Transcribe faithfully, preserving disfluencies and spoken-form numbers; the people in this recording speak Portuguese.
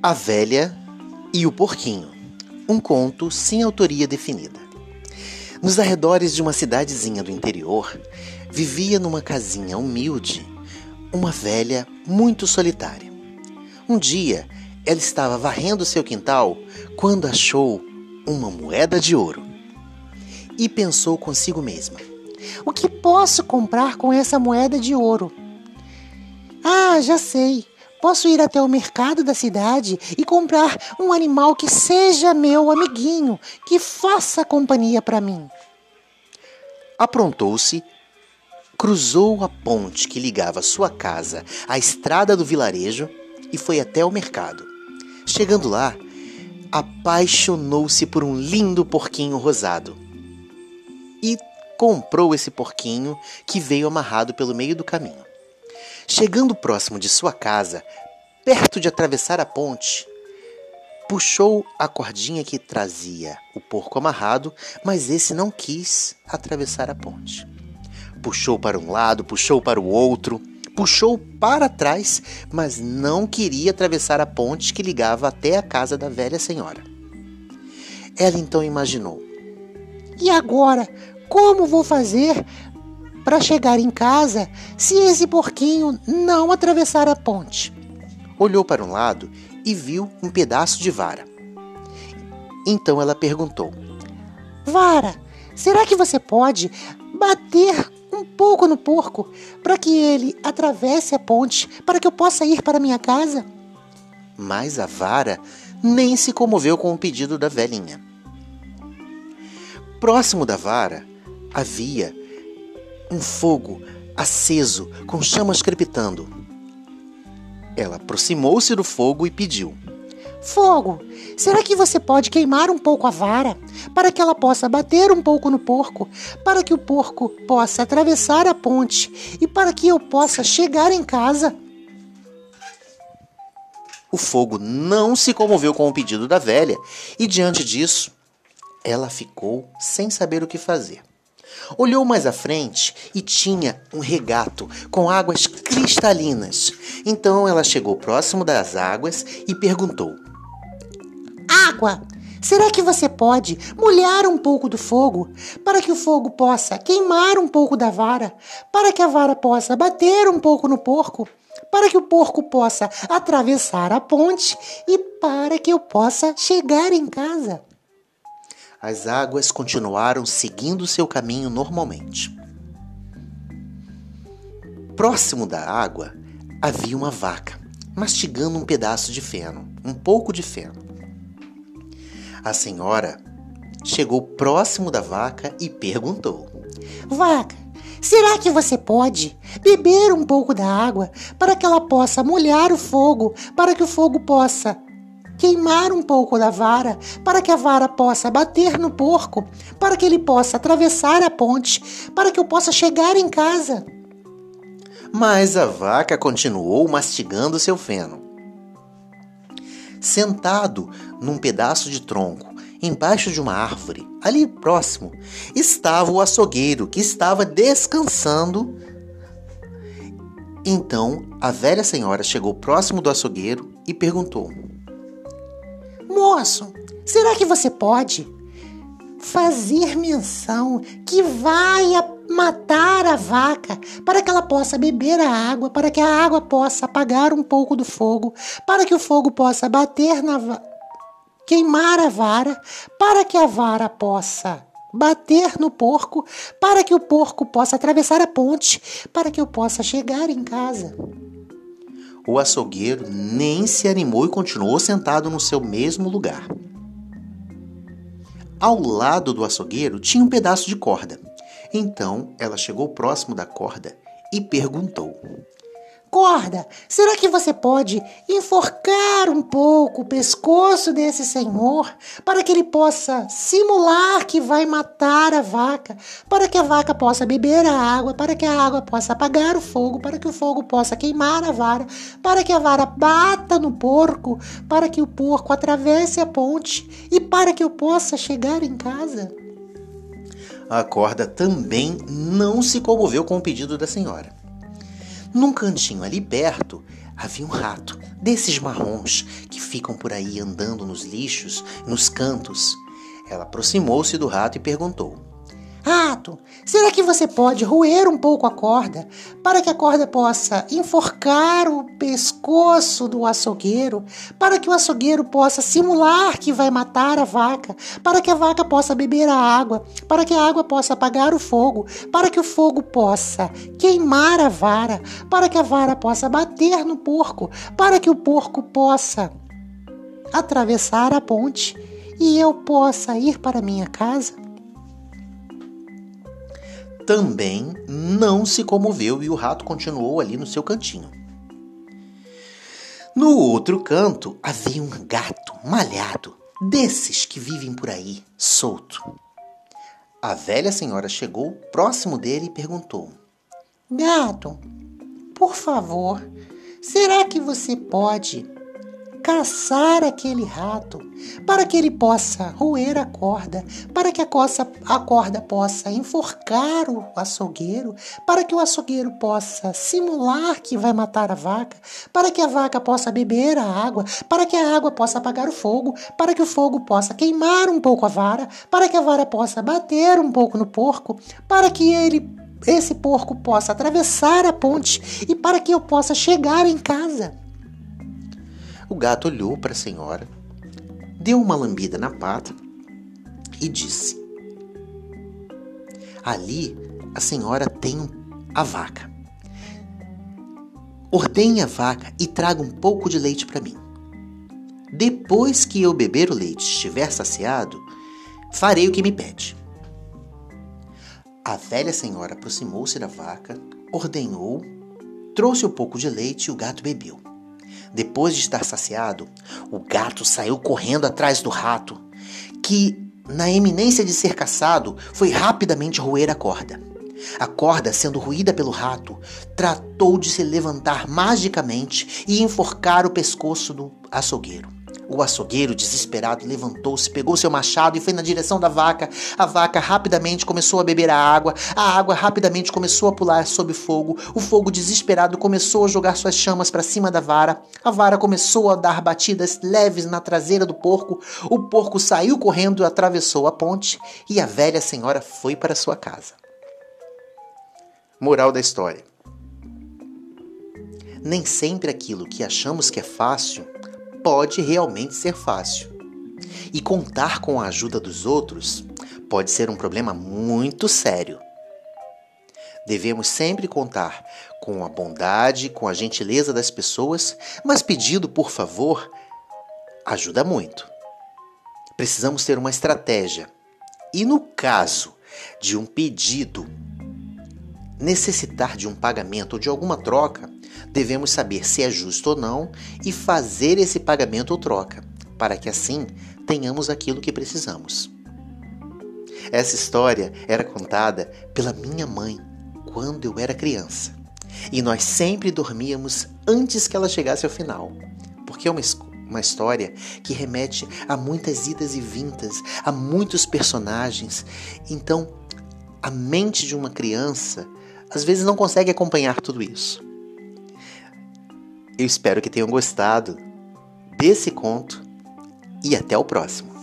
A Velha e o Porquinho, um conto sem autoria definida. Nos arredores de uma cidadezinha do interior, vivia numa casinha humilde uma velha muito solitária. Um dia, ela estava varrendo seu quintal quando achou uma moeda de ouro. E pensou consigo mesma: o que posso comprar com essa moeda de ouro? Ah, já sei! Posso ir até o mercado da cidade e comprar um animal que seja meu amiguinho, que faça companhia para mim. Aprontou-se, cruzou a ponte que ligava sua casa à estrada do vilarejo e foi até o mercado. Chegando lá, apaixonou-se por um lindo porquinho rosado e comprou esse porquinho, que veio amarrado pelo meio do caminho. Chegando próximo de sua casa, perto de atravessar a ponte, puxou a cordinha que trazia o porco amarrado, mas esse não quis atravessar a ponte. Puxou para um lado, puxou para o outro, puxou para trás, mas não queria atravessar a ponte que ligava até a casa da velha senhora. Ela então imaginou: e agora, como vou fazer para chegar em casa se esse porquinho não atravessar a ponte? Olhou para um lado e viu um pedaço de vara. Então ela perguntou: Vara, será que você pode bater um pouco no porco para que ele atravesse a ponte, para que eu possa ir para minha casa? Mas a vara nem se comoveu com o pedido da velhinha. Próximo da vara havia um fogo aceso com chamas crepitando. Ela aproximou-se do fogo e pediu: Fogo, será que você pode queimar um pouco a vara, para que ela possa bater um pouco no porco, para que o porco possa atravessar a ponte e para que eu possa chegar em casa? O fogo não se comoveu com o pedido da velha e, diante disso, ela ficou sem saber o que fazer. Olhou mais à frente e tinha um regato com águas cristalinas. Então ela chegou próximo das águas e perguntou: Água, será que você pode molhar um pouco do fogo, para que o fogo possa queimar um pouco da vara, para que a vara possa bater um pouco no porco, para que o porco possa atravessar a ponte e para que eu possa chegar em casa? As águas continuaram seguindo seu caminho normalmente. Próximo da água havia uma vaca, mastigando um pedaço de feno, um pouco de feno. A senhora chegou próximo da vaca e perguntou: Vaca, será que você pode beber um pouco da água para que ela possa molhar o fogo, para que o fogo possa queimar um pouco da vara, para que a vara possa bater no porco, para que ele possa atravessar a ponte, para que eu possa chegar em casa? Mas a vaca continuou mastigando seu feno. Sentado num pedaço de tronco, embaixo de uma árvore, ali próximo, estava o açougueiro, que estava descansando. Então a velha senhora chegou próximo do açougueiro e perguntou: Moço, será que você pode fazer menção que vai matar a vaca para que ela possa beber a água, para que a água possa apagar um pouco do fogo, para que o fogo possa bater na va- queimar a vara, para que a vara possa bater no porco, para que o porco possa atravessar a ponte, para que eu possa chegar em casa? O açougueiro nem se animou e continuou sentado no seu mesmo lugar. Ao lado do açougueiro tinha um pedaço de corda. Então ela chegou próximo da corda e perguntou: Corda, será que você pode enforcar um pouco o pescoço desse senhor para que ele possa simular que vai matar a vaca, para que a vaca possa beber a água, para que a água possa apagar o fogo, para que o fogo possa queimar a vara, para que a vara bata no porco, para que o porco atravesse a ponte e para que eu possa chegar em casa? A corda também não se comoveu com o pedido da senhora. Num cantinho ali perto, havia um rato, desses marrons que ficam por aí andando nos lixos, nos cantos. Ela aproximou-se do rato e perguntou: Rato, será que você pode roer um pouco a corda para que a corda possa enforcar o pescoço do açougueiro, para que o açougueiro possa simular que vai matar a vaca, para que a vaca possa beber a água, para que a água possa apagar o fogo, para que o fogo possa queimar a vara, para que a vara possa bater no porco, para que o porco possa atravessar a ponte e eu possa ir para minha casa? Também não se comoveu e o rato continuou ali no seu cantinho. No outro canto havia um gato malhado, desses que vivem por aí, solto. A velha senhora chegou próximo dele e perguntou: Gato, por favor, será que você pode caçar aquele rato para que ele possa roer a corda, para que a, coça, a corda possa enforcar o açougueiro, para que o açougueiro possa simular que vai matar a vaca, para que a vaca possa beber a água, para que a água possa apagar o fogo, para que o fogo possa queimar um pouco a vara, para que a vara possa bater um pouco no porco, para que ele, esse porco possa atravessar a ponte e para que eu possa chegar em casa? O gato olhou para a senhora, deu uma lambida na pata e disse: ali a senhora tem a vaca. Ordenhe a vaca e traga um pouco de leite para mim. Depois que eu beber o leite e estiver saciado, farei o que me pede. A velha senhora aproximou-se da vaca, ordenhou, trouxe um pouco de leite e o gato bebeu. Depois de estar saciado, o gato saiu correndo atrás do rato, que, na iminência de ser caçado, foi rapidamente roer a corda. A corda, sendo roída pelo rato, tratou de se levantar magicamente e enforcar o pescoço do açougueiro. O açougueiro, desesperado, levantou-se, pegou seu machado e foi na direção da vaca. A vaca rapidamente começou a beber a água. A água rapidamente começou a pular sob fogo. O fogo, desesperado, começou a jogar suas chamas para cima da vara. A vara começou a dar batidas leves na traseira do porco. O porco saiu correndo e atravessou a ponte. E a velha senhora foi para sua casa. Moral da história: nem sempre aquilo que achamos que é fácil pode realmente ser fácil. E contar com a ajuda dos outros pode ser um problema muito sério. Devemos sempre contar com a bondade, com a gentileza das pessoas, mas pedindo por favor ajuda muito. Precisamos ter uma estratégia. E no caso de um pedido necessitar de um pagamento ou de alguma troca, devemos saber se é justo ou não e fazer esse pagamento ou troca, para que assim tenhamos aquilo que precisamos. Essa história era contada pela minha mãe quando eu era criança, e nós sempre dormíamos antes que ela chegasse ao final, porque é uma, uma história que remete a muitas idas e vindas, a muitos personagens. Então, a mente de uma criança às vezes não consegue acompanhar tudo isso. Eu espero que tenham gostado desse conto e até o próximo.